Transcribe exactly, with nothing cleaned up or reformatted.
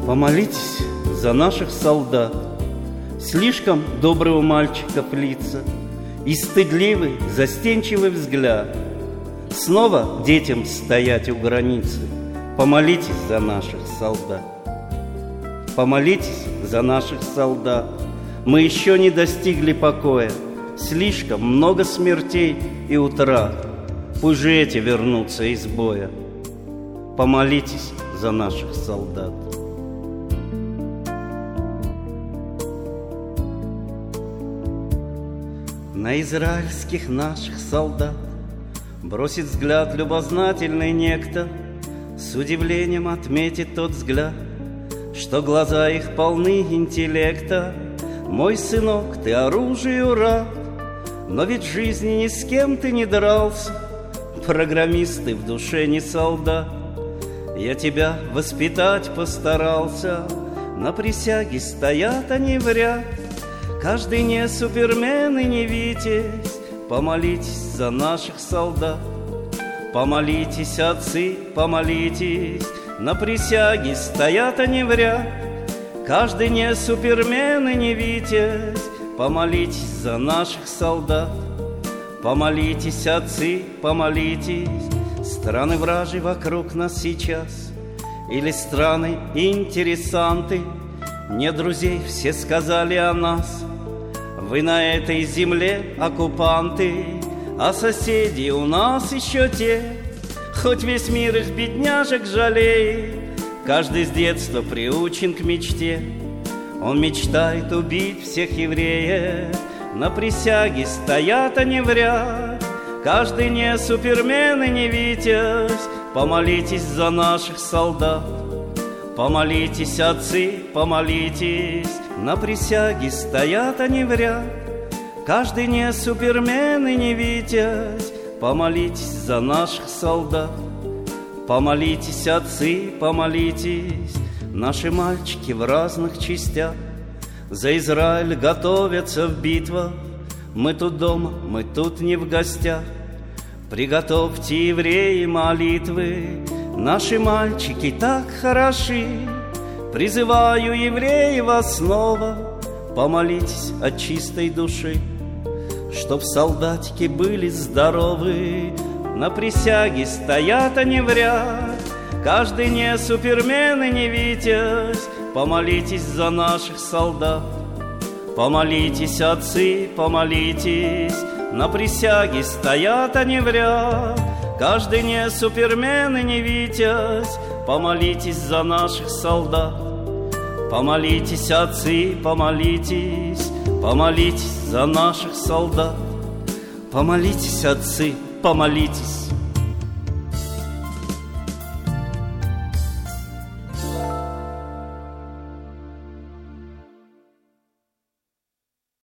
Помолитесь за наших солдат. Слишком доброго мальчика лица и стыдливый, застенчивый взгляд. Снова детям стоять у границы. Помолитесь за наших солдат. Помолитесь за наших солдат. Мы еще не достигли покоя. Слишком много смертей и утрат. Пусть же эти вернутся из боя. Помолитесь за наших солдат. На израильских наших солдат бросит взгляд любознательный некто, с удивлением отметит тот взгляд, что глаза их полны интеллекта. Мой сынок, ты оружию рад, но ведь в жизни ни с кем ты не дрался. Программист ты в душе не солдат. Я тебя воспитать постарался. На присяге стоят они в ряд. Каждый не супермен и не витязь. Помолитесь за наших солдат. Помолитесь, отцы, помолитесь. На присяге стоят они в ряд. Каждый не супермен и не витязь. Помолитесь за наших солдат. Помолитесь, отцы, помолитесь. Страны вражьи вокруг нас сейчас, или страны интересанты. Не друзей все сказали о нас. Вы на этой земле оккупанты, а соседи у нас еще те. Хоть весь мир их бедняжек жалеет, каждый с детства приучен к мечте. Он мечтает убить всех евреев. На присяге стоят они в ряд. Каждый не супермен и не витязь. Помолитесь за наших солдат. Помолитесь, отцы, помолитесь. На присяге стоят они в ряд. Каждый не супермен и не витязь. Помолитесь за наших солдат. Помолитесь, отцы, помолитесь. Наши мальчики в разных частях за Израиль готовятся в битвах. Мы тут дома, мы тут не в гостях. Приготовьте, евреи, молитвы. Наши мальчики так хороши. Призываю евреев снова. Помолитесь от чистой души, чтоб солдатики были здоровы. На присяге стоят они в ряд. Каждый не супермен и не витязь. Помолитесь за наших солдат. Помолитесь, отцы, помолитесь. На присяге стоят они в ряд. Каждый не супермен и не витязь. Помолитесь за наших солдат. Помолитесь, отцы, помолитесь. Помолитесь за наших солдат. Помолитесь, отцы, помолитесь.